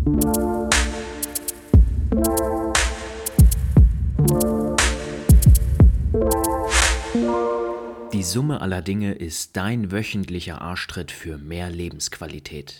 Die Summe aller Dinge ist dein wöchentlicher Arschtritt für mehr Lebensqualität.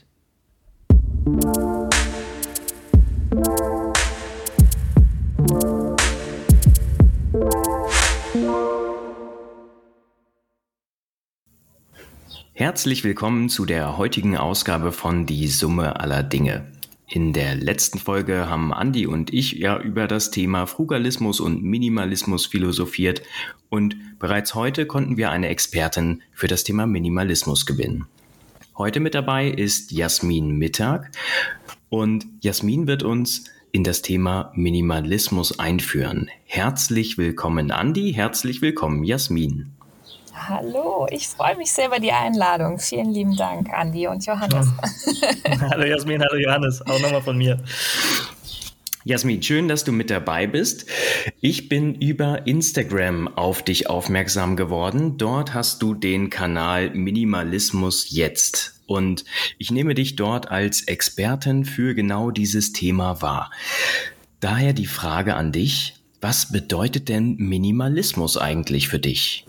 Herzlich willkommen zu der heutigen Ausgabe von Die Summe aller Dinge. In der letzten Folge haben Andi und ich ja über das Thema Frugalismus und Minimalismus philosophiert und bereits heute konnten wir eine Expertin für das Thema Minimalismus gewinnen. Heute mit dabei ist Jasmin Mittag und Jasmin wird uns in das Thema Minimalismus einführen. Herzlich willkommen Andi, herzlich willkommen Jasmin. Hallo, ich freue mich sehr über die Einladung. Vielen lieben Dank, Andi und Johannes. Hallo Jasmin, hallo Johannes, auch nochmal von mir. Jasmin, schön, dass du mit dabei bist. Ich bin über Instagram auf dich aufmerksam geworden. Dort hast du den Kanal Minimalismus jetzt. Und ich nehme dich dort als Expertin für genau dieses Thema wahr. Daher die Frage an dich, was bedeutet denn Minimalismus eigentlich für dich?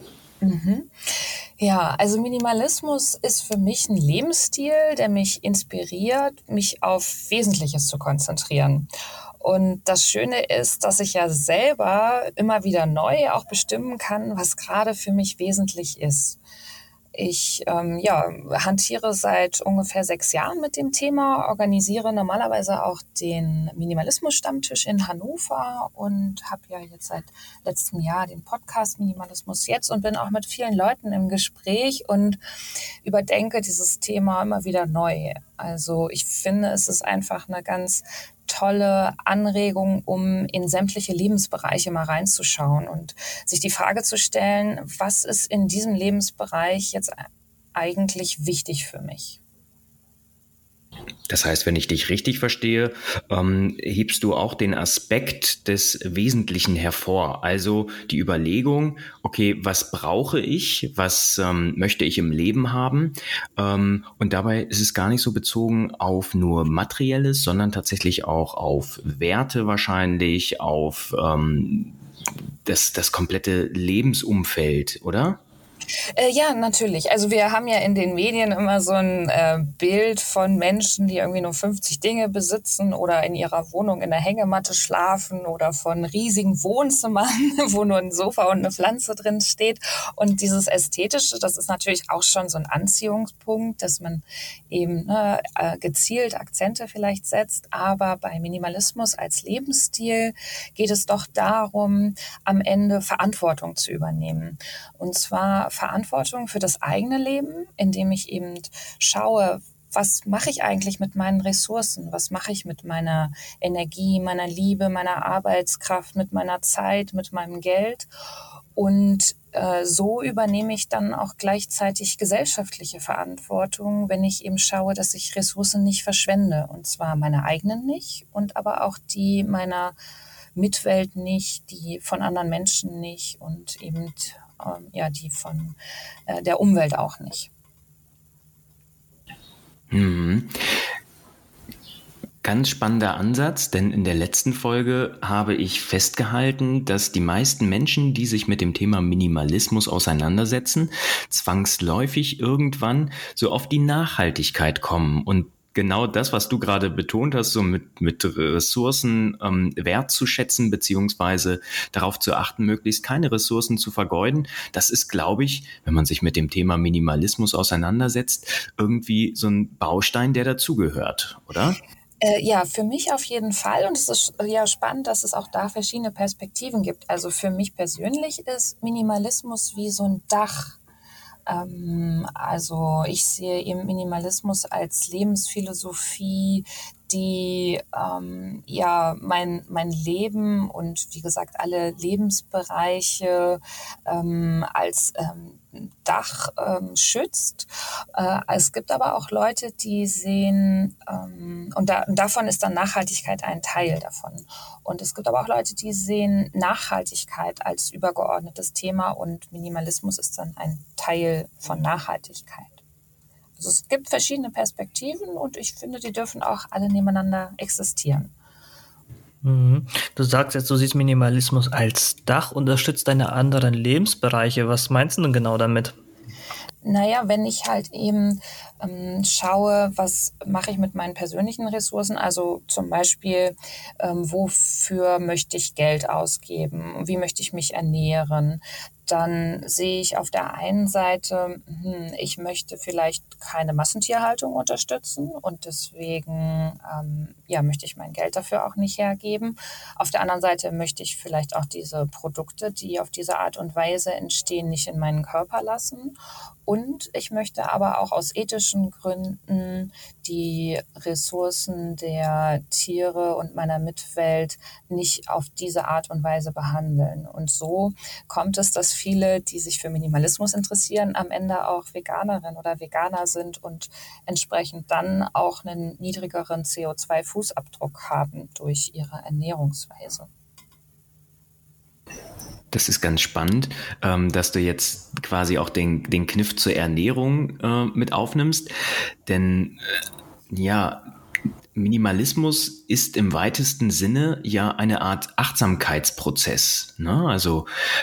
Ja, also Minimalismus ist für mich ein Lebensstil, der mich inspiriert, mich auf Wesentliches zu konzentrieren. Und das Schöne ist, dass ich ja selber immer wieder neu auch bestimmen kann, was gerade für mich wesentlich ist. Ich hantiere seit ungefähr 6 Jahren mit dem Thema, organisiere normalerweise auch den Minimalismus-Stammtisch in Hannover und habe ja jetzt seit letztem Jahr den Podcast Minimalismus jetzt und bin auch mit vielen Leuten im Gespräch und überdenke dieses Thema immer wieder neu. Also ich finde, es ist einfach eine ganz tolle Anregung, um in sämtliche Lebensbereiche mal reinzuschauen und sich die Frage zu stellen, was ist in diesem Lebensbereich jetzt eigentlich wichtig für mich? Das heißt, wenn ich dich richtig verstehe, hebst du auch den Aspekt des Wesentlichen hervor. Also die Überlegung, okay, was brauche ich, was möchte ich im Leben haben? Und dabei ist es gar nicht so bezogen auf nur Materielles, sondern tatsächlich auch auf Werte wahrscheinlich, auf das komplette Lebensumfeld, oder? Ja, natürlich. Also wir haben ja in den Medien immer so ein Bild von Menschen, die irgendwie nur 50 Dinge besitzen oder in ihrer Wohnung in der Hängematte schlafen oder von riesigen Wohnzimmern, wo nur ein Sofa und eine Pflanze drin steht. Und dieses Ästhetische, das ist natürlich auch schon so ein Anziehungspunkt, dass man eben gezielt Akzente vielleicht setzt. Aber bei Minimalismus als Lebensstil geht es doch darum, am Ende Verantwortung zu übernehmen. Und zwar Verantwortung für das eigene Leben, indem ich eben schaue, was mache ich eigentlich mit meinen Ressourcen? Was mache ich mit meiner Energie, meiner Liebe, meiner Arbeitskraft, mit meiner Zeit, mit meinem Geld? Und so übernehme ich dann auch gleichzeitig gesellschaftliche Verantwortung, wenn ich eben schaue, dass ich Ressourcen nicht verschwende. Und zwar meine eigenen nicht und aber auch die meiner Mitwelt nicht, die von anderen Menschen nicht und eben die von der Umwelt auch nicht. Ganz spannender Ansatz, denn in der letzten Folge habe ich festgehalten, dass die meisten Menschen, die sich mit dem Thema Minimalismus auseinandersetzen, zwangsläufig irgendwann so auf die Nachhaltigkeit kommen und genau das, was du gerade betont hast, so mit Ressourcen wertzuschätzen, beziehungsweise darauf zu achten, möglichst keine Ressourcen zu vergeuden. Das ist, glaube ich, wenn man sich mit dem Thema Minimalismus auseinandersetzt, irgendwie so ein Baustein, der dazugehört, oder? Ja, für mich auf jeden Fall. Und es ist ja spannend, dass es auch da verschiedene Perspektiven gibt. Also für mich persönlich ist Minimalismus wie so ein Dach. Also ich sehe eben Minimalismus als Lebensphilosophie, die mein Leben und wie gesagt alle Lebensbereiche als Dach schützt. Es gibt aber auch Leute, die sehen, und davon ist dann Nachhaltigkeit ein Teil davon. Und es gibt aber auch Leute, die sehen Nachhaltigkeit als übergeordnetes Thema und Minimalismus ist dann ein Teil von Nachhaltigkeit. Also es gibt verschiedene Perspektiven und ich finde, die dürfen auch alle nebeneinander existieren. Du sagst jetzt, du siehst Minimalismus als Dach, unterstützt deine anderen Lebensbereiche. Was meinst du denn genau damit? Naja, wenn ich halt eben schaue, was mache ich mit meinen persönlichen Ressourcen, also zum Beispiel, wofür möchte ich Geld ausgeben, wie möchte ich mich ernähren, dann sehe ich auf der einen Seite, ich möchte vielleicht keine Massentierhaltung unterstützen und deswegen möchte ich mein Geld dafür auch nicht hergeben. Auf der anderen Seite möchte ich vielleicht auch diese Produkte, die auf diese Art und Weise entstehen, nicht in meinen Körper lassen. Und ich möchte aber auch aus ethischen Gründen die Ressourcen der Tiere und meiner Mitwelt nicht auf diese Art und Weise behandeln. Und so kommt es, dass viele, die sich für Minimalismus interessieren, am Ende auch Veganerin oder Veganer sind und entsprechend dann auch einen niedrigeren CO2-Fußabdruck haben durch ihre Ernährungsweise. Das ist ganz spannend, dass du jetzt quasi auch den Kniff zur Ernährung mit aufnimmst. Denn ja, Minimalismus ist im weitesten Sinne ja eine Art Achtsamkeitsprozess. Ne? Also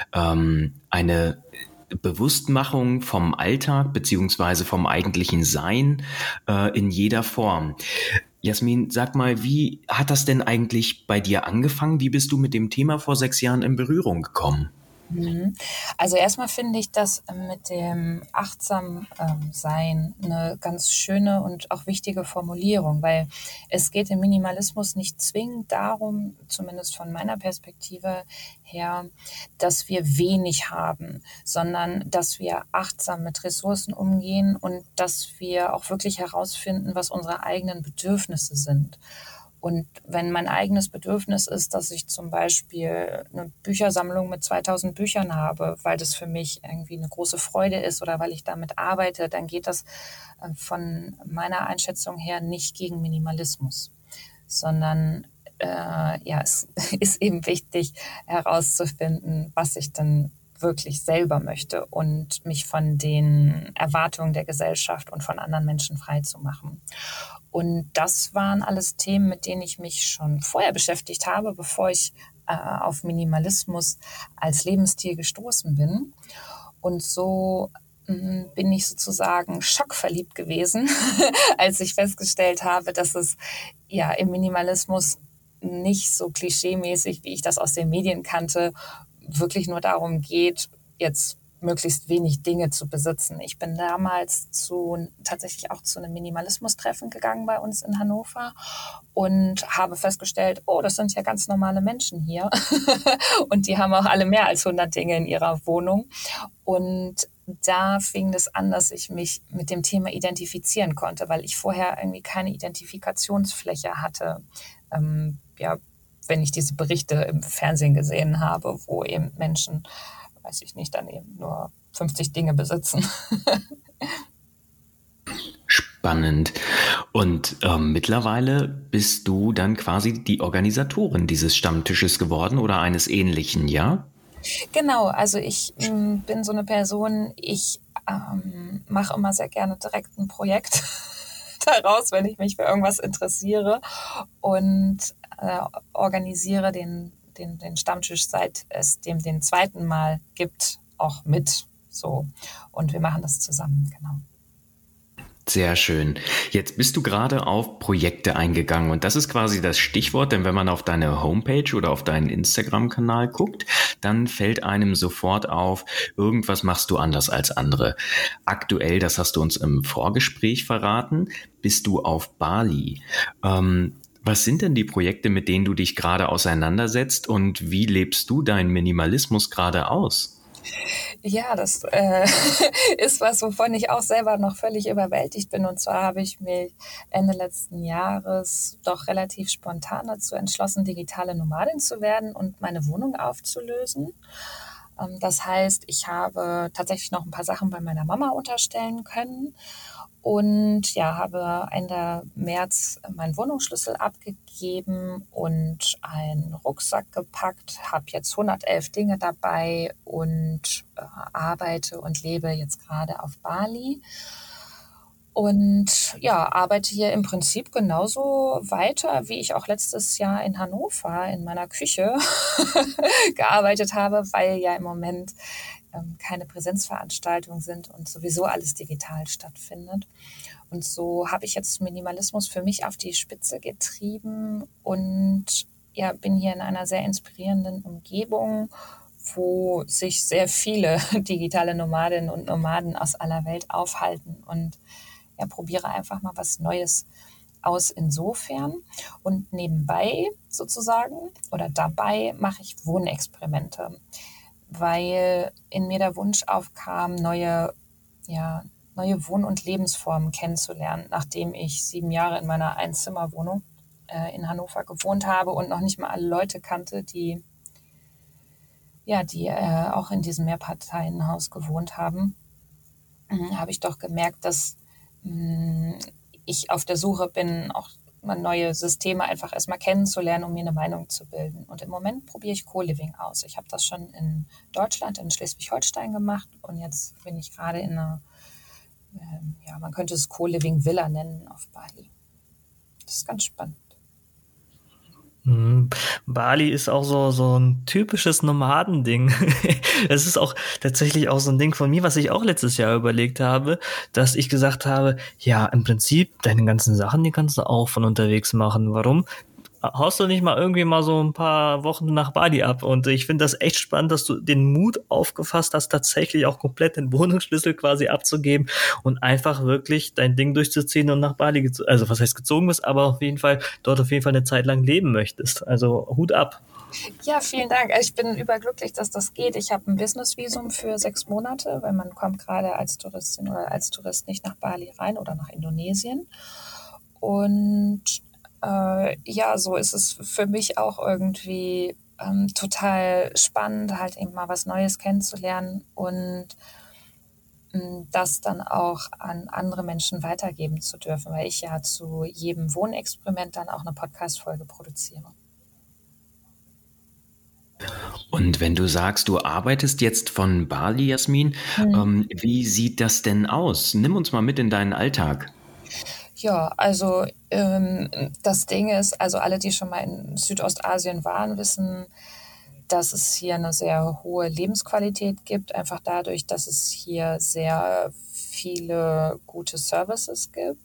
eine Bewusstmachung vom Alltag beziehungsweise vom eigentlichen Sein in jeder Form. Jasmin, sag mal, wie hat das denn eigentlich bei dir angefangen? Wie bist du mit dem Thema vor 6 Jahren in Berührung gekommen? Also erstmal finde ich das mit dem achtsam sein eine ganz schöne und auch wichtige Formulierung, weil es geht im Minimalismus nicht zwingend darum, zumindest von meiner Perspektive her, dass wir wenig haben, sondern dass wir achtsam mit Ressourcen umgehen und dass wir auch wirklich herausfinden, was unsere eigenen Bedürfnisse sind. Und wenn mein eigenes Bedürfnis ist, dass ich zum Beispiel eine Büchersammlung mit 2000 Büchern habe, weil das für mich irgendwie eine große Freude ist oder weil ich damit arbeite, dann geht das von meiner Einschätzung her nicht gegen Minimalismus, sondern es ist eben wichtig herauszufinden, was ich denn wirklich selber möchte und mich von den Erwartungen der Gesellschaft und von anderen Menschen frei zu machen. Und das waren alles Themen, mit denen ich mich schon vorher beschäftigt habe, bevor ich auf Minimalismus als Lebensstil gestoßen bin. Und so bin ich sozusagen schockverliebt gewesen, als ich festgestellt habe, dass es ja im Minimalismus nicht so klischeemäßig, wie ich das aus den Medien kannte, wirklich nur darum geht, jetzt möglichst wenig Dinge zu besitzen. Ich bin damals tatsächlich auch zu einem Minimalismus-Treffen gegangen bei uns in Hannover und habe festgestellt, oh, das sind ja ganz normale Menschen hier und die haben auch alle mehr als 100 Dinge in ihrer Wohnung. Und da fing es an, dass ich mich mit dem Thema identifizieren konnte, weil ich vorher irgendwie keine Identifikationsfläche hatte. Wenn ich diese Berichte im Fernsehen gesehen habe, wo eben Menschen, weiß ich nicht, dann eben nur 50 Dinge besitzen. Spannend. Und mittlerweile bist du dann quasi die Organisatorin dieses Stammtisches geworden oder eines ähnlichen, ja? Genau, also ich bin so eine Person, ich mache immer sehr gerne direkt ein Projekt daraus, wenn ich mich für irgendwas interessiere und organisiere den Stammtisch, seit es dem den zweiten Mal gibt, auch mit. So. Und wir machen das zusammen, genau. Sehr schön. Jetzt bist du gerade auf Projekte eingegangen und das ist quasi das Stichwort, denn wenn man auf deine Homepage oder auf deinen Instagram-Kanal guckt, dann fällt einem sofort auf, irgendwas machst du anders als andere. Aktuell, das hast du uns im Vorgespräch verraten, bist du auf Bali. Was sind denn die Projekte, mit denen du dich gerade auseinandersetzt und wie lebst du deinen Minimalismus gerade aus? Ja, das ist was, wovon ich auch selber noch völlig überwältigt bin. Und zwar habe ich mich Ende letzten Jahres doch relativ spontan dazu entschlossen, digitale Nomadin zu werden und meine Wohnung aufzulösen. Das heißt, ich habe tatsächlich noch ein paar Sachen bei meiner Mama unterstellen können und ja, habe Ende März meinen Wohnungsschlüssel abgegeben und einen Rucksack gepackt, habe jetzt 111 Dinge dabei und arbeite und lebe jetzt gerade auf Bali. Und ja, arbeite hier im Prinzip genauso weiter, wie ich auch letztes Jahr in Hannover in meiner Küche gearbeitet habe, weil ja im Moment keine Präsenzveranstaltungen sind und sowieso alles digital stattfindet. Und so habe ich jetzt Minimalismus für mich auf die Spitze getrieben und ja, bin hier in einer sehr inspirierenden Umgebung, wo sich sehr viele digitale Nomadinnen und Nomaden aus aller Welt aufhalten und ja, probiere einfach mal was Neues aus insofern. Und nebenbei sozusagen oder dabei mache ich Wohnexperimente, weil in mir der Wunsch aufkam, neue Wohn- und Lebensformen kennenzulernen, nachdem ich 7 Jahre in meiner Einzimmerwohnung in Hannover gewohnt habe und noch nicht mal alle Leute kannte, die auch in diesem Mehrparteienhaus gewohnt haben, habe ich doch gemerkt, dass ich auf der Suche bin, auch mal neue Systeme einfach erstmal kennenzulernen, um mir eine Meinung zu bilden. Und im Moment probiere ich Co-Living aus. Ich habe das schon in Deutschland, in Schleswig-Holstein gemacht und jetzt bin ich gerade in einer, man könnte es Co-Living Villa nennen auf Bali. Das ist ganz spannend. Bali ist auch so ein typisches Nomadending. Es ist auch tatsächlich auch so ein Ding von mir, was ich auch letztes Jahr überlegt habe, dass ich gesagt habe, ja, im Prinzip, deine ganzen Sachen, die kannst du auch von unterwegs machen. Warum? Haust du nicht mal irgendwie mal so ein paar Wochen nach Bali ab? Und ich finde das echt spannend, dass du den Mut aufgefasst hast, tatsächlich auch komplett den Wohnungsschlüssel quasi abzugeben und einfach wirklich dein Ding durchzuziehen und nach Bali, also was heißt gezogen bist, aber auf jeden Fall dort auf jeden Fall eine Zeit lang leben möchtest. Also Hut ab. Ja, vielen Dank. Ich bin überglücklich, dass das geht. Ich habe ein Business-Visum für 6 Monate, weil man kommt gerade als Touristin oder als Tourist nicht nach Bali rein oder nach Indonesien. Und so ist es für mich auch irgendwie total spannend, halt eben mal was Neues kennenzulernen und das dann auch an andere Menschen weitergeben zu dürfen, weil ich ja zu jedem Wohnexperiment dann auch eine Podcast-Folge produziere. Und wenn du sagst, du arbeitest jetzt von Bali, Jasmin, wie sieht das denn aus? Nimm uns mal mit in deinen Alltag. Ja, also das Ding ist, also alle, die schon mal in Südostasien waren, wissen, dass es hier eine sehr hohe Lebensqualität gibt, einfach dadurch, dass es hier sehr viele gute Services gibt.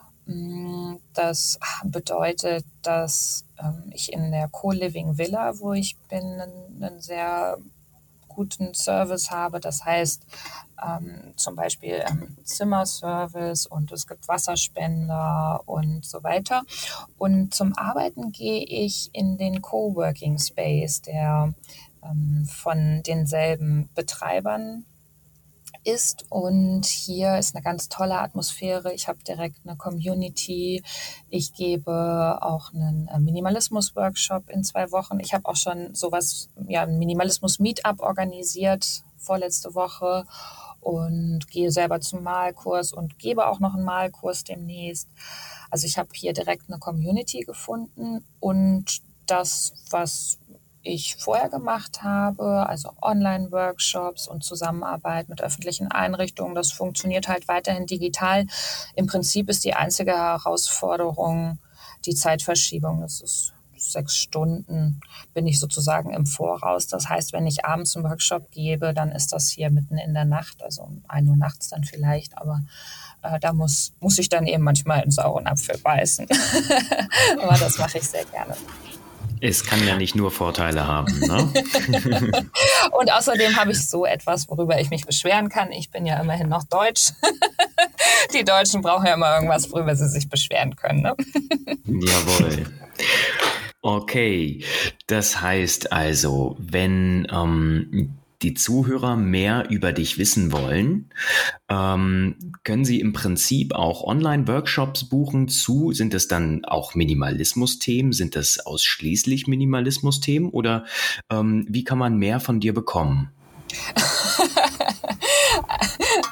Das bedeutet, dass ich in der Co-Living Villa, wo ich bin, einen sehr guten Service habe. Das heißt zum Beispiel Zimmerservice und es gibt Wasserspender und so weiter. Und zum Arbeiten gehe ich in den Coworking Space, der von denselben Betreibern ist. Und hier ist eine ganz tolle Atmosphäre. Ich habe direkt eine Community. Ich gebe auch einen Minimalismus-Workshop in 2 Wochen. Ich habe auch schon sowas, ein Minimalismus-Meetup organisiert vorletzte Woche und gehe selber zum Malkurs und gebe auch noch einen Malkurs demnächst. Also ich habe hier direkt eine Community gefunden und das, was ich vorher gemacht habe, also Online-Workshops und Zusammenarbeit mit öffentlichen Einrichtungen, das funktioniert halt weiterhin digital. Im Prinzip ist die einzige Herausforderung die Zeitverschiebung. Das ist 6 Stunden bin ich sozusagen im Voraus. Das heißt, wenn ich abends einen Workshop gebe, dann ist das hier mitten in der Nacht, also um 1 Uhr nachts dann vielleicht, aber da muss ich dann eben manchmal in sauren Apfel beißen. Aber das mache ich sehr gerne. Es kann ja nicht nur Vorteile haben, ne? Und außerdem habe ich so etwas, worüber ich mich beschweren kann. Ich bin ja immerhin noch Deutsch. Die Deutschen brauchen ja immer irgendwas, worüber sie sich beschweren können, ne? Jawohl. Okay, das heißt also, wenn die Zuhörer mehr über dich wissen wollen, können sie im Prinzip auch Online-Workshops buchen zu, sind es dann auch Minimalismus-Themen, sind das ausschließlich Minimalismus-Themen oder wie kann man mehr von dir bekommen?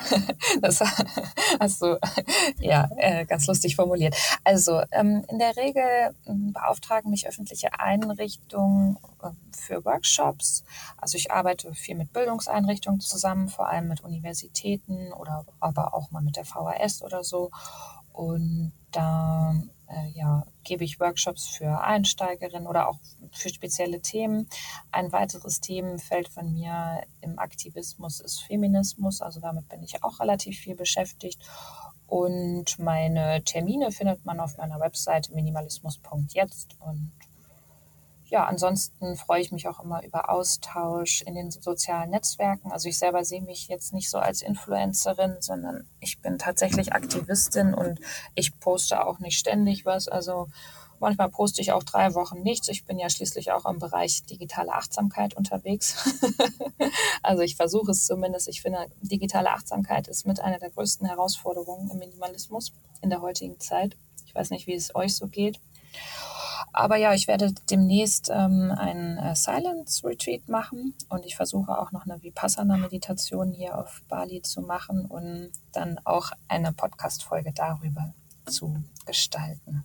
Das hast du ja ganz lustig formuliert. Also in der Regel beauftragen mich öffentliche Einrichtungen für Workshops. Also ich arbeite viel mit Bildungseinrichtungen zusammen, vor allem mit Universitäten oder aber auch mal mit der VHS oder so. Und da gebe ich Workshops für Einsteigerinnen oder auch für spezielle Themen. Ein weiteres Themenfeld von mir im Aktivismus ist Feminismus. Also damit bin ich auch relativ viel beschäftigt. Und meine Termine findet man auf meiner Webseite minimalismus.jetzt. Und ja, ansonsten freue ich mich auch immer über Austausch in den sozialen Netzwerken. Also ich selber sehe mich jetzt nicht so als Influencerin, sondern ich bin tatsächlich Aktivistin und ich poste auch nicht ständig was. Also manchmal poste ich auch 3 Wochen nichts. Ich bin ja schließlich auch im Bereich digitale Achtsamkeit unterwegs. Also ich versuche es zumindest. Ich finde, digitale Achtsamkeit ist mit einer der größten Herausforderungen im Minimalismus in der heutigen Zeit. Ich weiß nicht, wie es euch so geht. Aber ja, ich werde demnächst einen Silence Retreat machen und ich versuche auch noch eine Vipassana-Meditation hier auf Bali zu machen und dann auch eine Podcast-Folge darüber zu gestalten.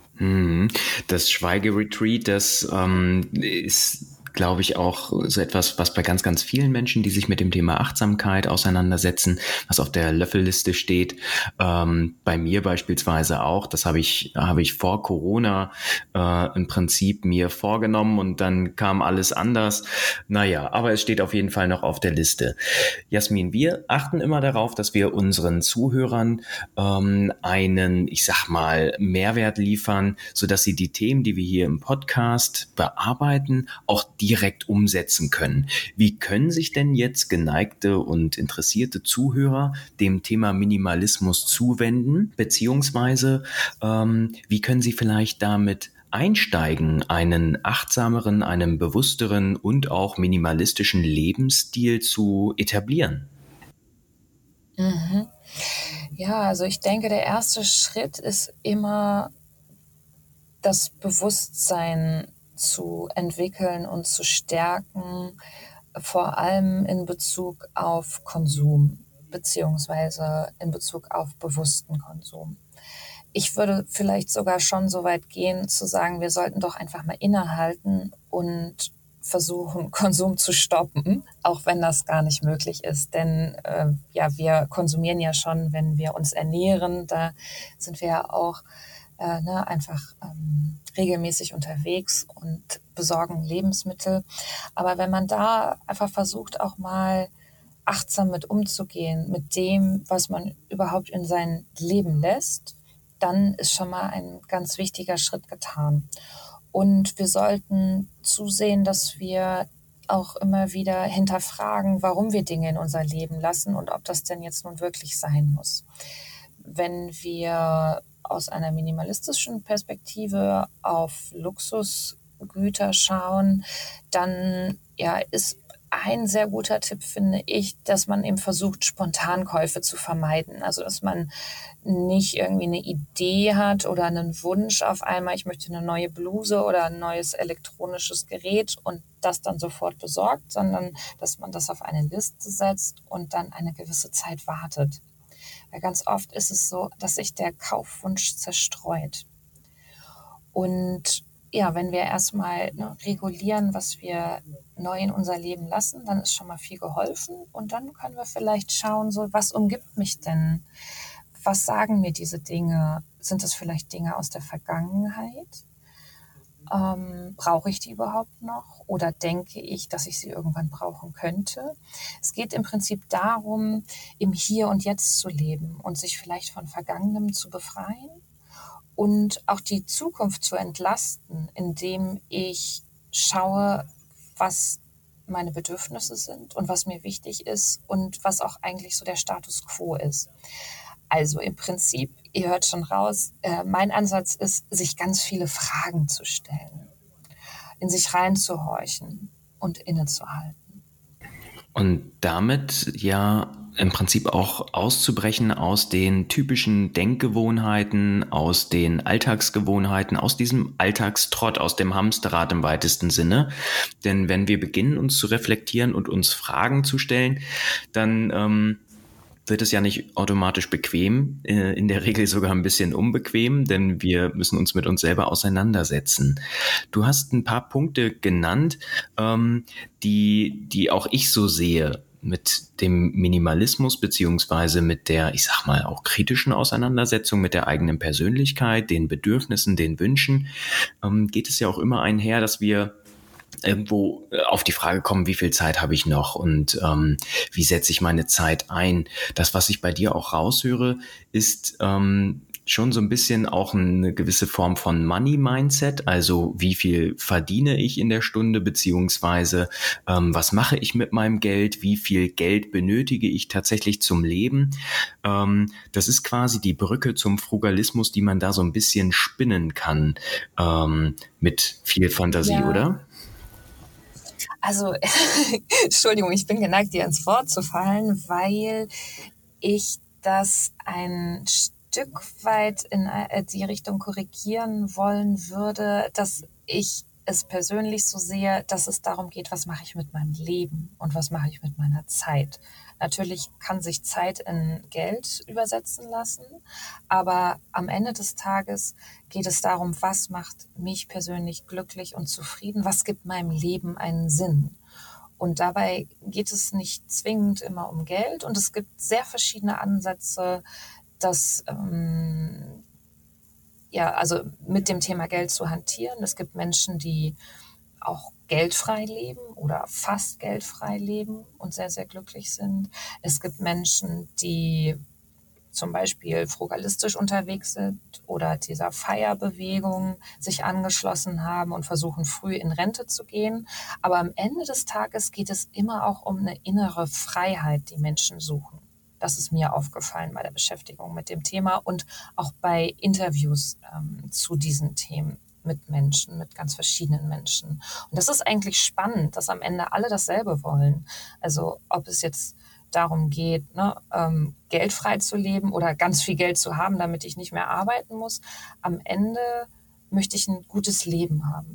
Das Schweigeretreat, das ist, glaube ich, auch so etwas, was bei ganz, ganz vielen Menschen, die sich mit dem Thema Achtsamkeit auseinandersetzen, was auf der Löffelliste steht. Bei mir beispielsweise auch. Das habe ich vor Corona im Prinzip mir vorgenommen und dann kam alles anders. Naja, aber es steht auf jeden Fall noch auf der Liste. Jasmin, wir achten immer darauf, dass wir unseren Zuhörern einen, ich sag mal, Mehrwert liefern, sodass sie die Themen, die wir hier im Podcast bearbeiten, auch direkt umsetzen können. Wie können sich denn jetzt geneigte und interessierte Zuhörer dem Thema Minimalismus zuwenden, beziehungsweise wie können sie vielleicht damit einsteigen, einen achtsameren, einen bewussteren und auch minimalistischen Lebensstil zu etablieren? Mhm. Ja, also ich denke, der erste Schritt ist immer das Bewusstsein zu entwickeln und zu stärken, vor allem in Bezug auf Konsum beziehungsweise in Bezug auf bewussten Konsum. Ich würde vielleicht sogar schon so weit gehen, zu sagen, wir sollten doch einfach mal innehalten und versuchen, Konsum zu stoppen, auch wenn das gar nicht möglich ist. Denn wir konsumieren ja schon, wenn wir uns ernähren. Da sind wir ja auch einfach regelmäßig unterwegs und besorgen Lebensmittel. Aber wenn man da einfach versucht, auch mal achtsam mit umzugehen, mit dem, was man überhaupt in sein Leben lässt, dann ist schon mal ein ganz wichtiger Schritt getan. Und wir sollten zusehen, dass wir auch immer wieder hinterfragen, warum wir Dinge in unser Leben lassen und ob das denn jetzt nun wirklich sein muss. Wenn wir aus einer minimalistischen Perspektive auf Luxusgüter schauen, dann ist ein sehr guter Tipp, finde ich, dass man eben versucht, Spontankäufe zu vermeiden. Also, dass man nicht irgendwie eine Idee hat oder einen Wunsch auf einmal, ich möchte eine neue Bluse oder ein neues elektronisches Gerät und das dann sofort besorgt, sondern dass man das auf eine Liste setzt und dann eine gewisse Zeit wartet. Weil ganz oft ist es so, dass sich der Kaufwunsch zerstreut. Und ja, wenn wir erstmal regulieren, was wir neu in unser Leben lassen, dann ist schon mal viel geholfen. Und dann können wir vielleicht schauen, so, was umgibt mich denn? Was sagen mir diese Dinge? Sind das vielleicht Dinge aus der Vergangenheit? Brauche ich die überhaupt noch? Oder denke ich, dass ich sie irgendwann brauchen könnte? Es geht im Prinzip darum, im Hier und Jetzt zu leben und sich vielleicht von Vergangenem zu befreien und auch die Zukunft zu entlasten, indem ich schaue, was meine Bedürfnisse sind und was mir wichtig ist und was auch eigentlich so der Status quo ist. Also im Prinzip, ihr hört schon raus, mein Ansatz ist, sich ganz viele Fragen zu stellen, in sich reinzuhorchen und innezuhalten. Und damit ja im Prinzip auch auszubrechen aus den typischen Denkgewohnheiten, aus den Alltagsgewohnheiten, aus diesem Alltagstrott, aus dem Hamsterrad im weitesten Sinne. Denn wenn wir beginnen, uns zu reflektieren und uns Fragen zu stellen, dann wird es ja nicht automatisch bequem, in der Regel sogar ein bisschen unbequem, denn wir müssen uns mit uns selber auseinandersetzen. Du hast ein paar Punkte genannt, die auch ich so sehe mit dem Minimalismus beziehungsweise mit der, ich sag mal, auch kritischen Auseinandersetzung mit der eigenen Persönlichkeit, den Bedürfnissen, den Wünschen, geht es ja auch immer einher, dass wir irgendwo auf die Frage kommen, wie viel Zeit habe ich noch und wie setze ich meine Zeit ein. Das, was ich bei dir auch raushöre, ist schon so ein bisschen auch eine gewisse Form von Money-Mindset, also wie viel verdiene ich in der Stunde, beziehungsweise was mache ich mit meinem Geld, wie viel Geld benötige ich tatsächlich zum Leben. Das ist quasi die Brücke zum Frugalismus, die man da so ein bisschen spinnen kann, mit viel Fantasie, Ja. oder? Also, Entschuldigung, ich bin geneigt, dir ins Wort zu fallen, weil ich das ein Stück weit in die Richtung korrigieren wollen würde, dass ich es persönlich so sehe, dass es darum geht, was mache ich mit meinem Leben und was mache ich mit meiner Zeit. Natürlich kann sich Zeit in Geld übersetzen lassen, aber am Ende des Tages geht es darum, was macht mich persönlich glücklich und zufrieden, was gibt meinem Leben einen Sinn. Und dabei geht es nicht zwingend immer um Geld und es gibt sehr verschiedene Ansätze, das also mit dem Thema Geld zu hantieren. Es gibt Menschen, die auch geldfrei leben oder fast geldfrei leben und sehr, sehr glücklich sind. Es gibt Menschen, die zum Beispiel frugalistisch unterwegs sind oder dieser FIRE-Bewegung sich angeschlossen haben und versuchen, früh in Rente zu gehen. Aber am Ende des Tages geht es immer auch um eine innere Freiheit, die Menschen suchen. Das ist mir aufgefallen bei der Beschäftigung mit dem Thema und auch bei Interviews zu diesen Themen mit Menschen, mit ganz verschiedenen Menschen. Und das ist eigentlich spannend, dass am Ende alle dasselbe wollen. Also ob es jetzt darum geht, Geld frei zu leben oder ganz viel Geld zu haben, damit ich nicht mehr arbeiten muss. Am Ende möchte ich ein gutes Leben haben.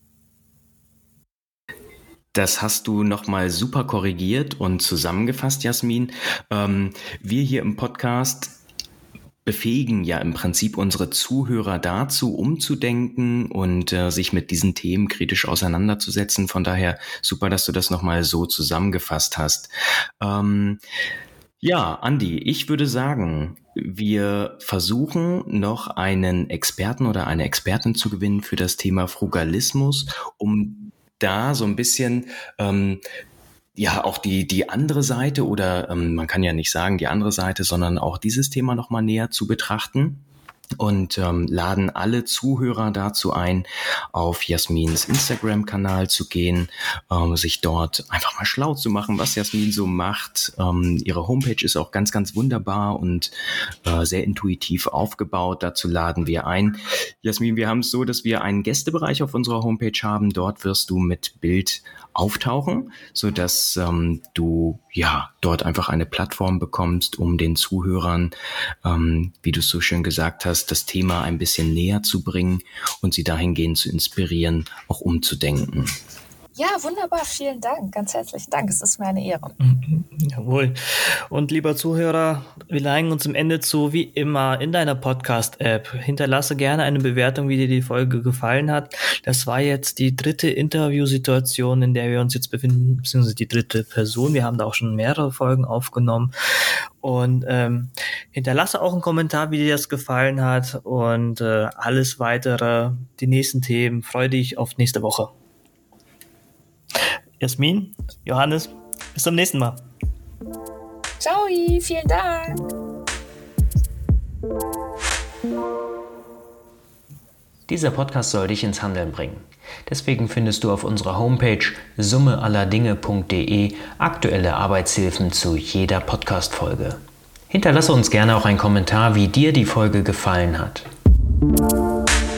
Das hast du nochmal super korrigiert und zusammengefasst, Jasmin. Wir hier im Podcast befähigen ja im Prinzip unsere Zuhörer dazu, umzudenken und sich mit diesen Themen kritisch auseinanderzusetzen. Von daher super, dass du das nochmal so zusammengefasst hast. Ja, Andi, ich würde sagen, wir versuchen noch einen Experten oder eine Expertin zu gewinnen für das Thema Frugalismus, um da so ein bisschen auch die andere Seite oder man kann ja nicht sagen die andere Seite, sondern auch dieses Thema nochmal näher zu betrachten. Und laden alle Zuhörer dazu ein, auf Jasmins Instagram-Kanal zu gehen, sich dort einfach mal schlau zu machen, was Jasmin so macht. Ihre Homepage ist auch ganz, ganz wunderbar und sehr intuitiv aufgebaut. Dazu laden wir ein. Jasmin, wir haben es so, dass wir einen Gästebereich auf unserer Homepage haben. Dort wirst du mit Bild auftauchen, sodass du dort einfach eine Plattform bekommst, um den Zuhörern, wie du es so schön gesagt hast, das Thema ein bisschen näher zu bringen und sie dahingehend zu inspirieren, auch umzudenken. Ja, wunderbar, vielen Dank, ganz herzlichen Dank, es ist mir eine Ehre. Jawohl. Und lieber Zuhörer, wir neigen uns am Ende zu, wie immer, in deiner Podcast-App. Hinterlasse gerne eine Bewertung, wie dir die Folge gefallen hat. Das war jetzt die 3. Interviewsituation, in der wir uns jetzt befinden, beziehungsweise die 3. Person. Wir haben da auch schon mehrere Folgen aufgenommen. Und hinterlasse auch einen Kommentar, wie dir das gefallen hat. Und alles weitere, die nächsten Themen, freue dich auf nächste Woche. Jasmin, Johannes, bis zum nächsten Mal. Ciao, vielen Dank. Dieser Podcast soll dich ins Handeln bringen. Deswegen findest du auf unserer Homepage summeallerdinge.de aktuelle Arbeitshilfen zu jeder Podcast-Folge. Hinterlasse uns gerne auch einen Kommentar, wie dir die Folge gefallen hat.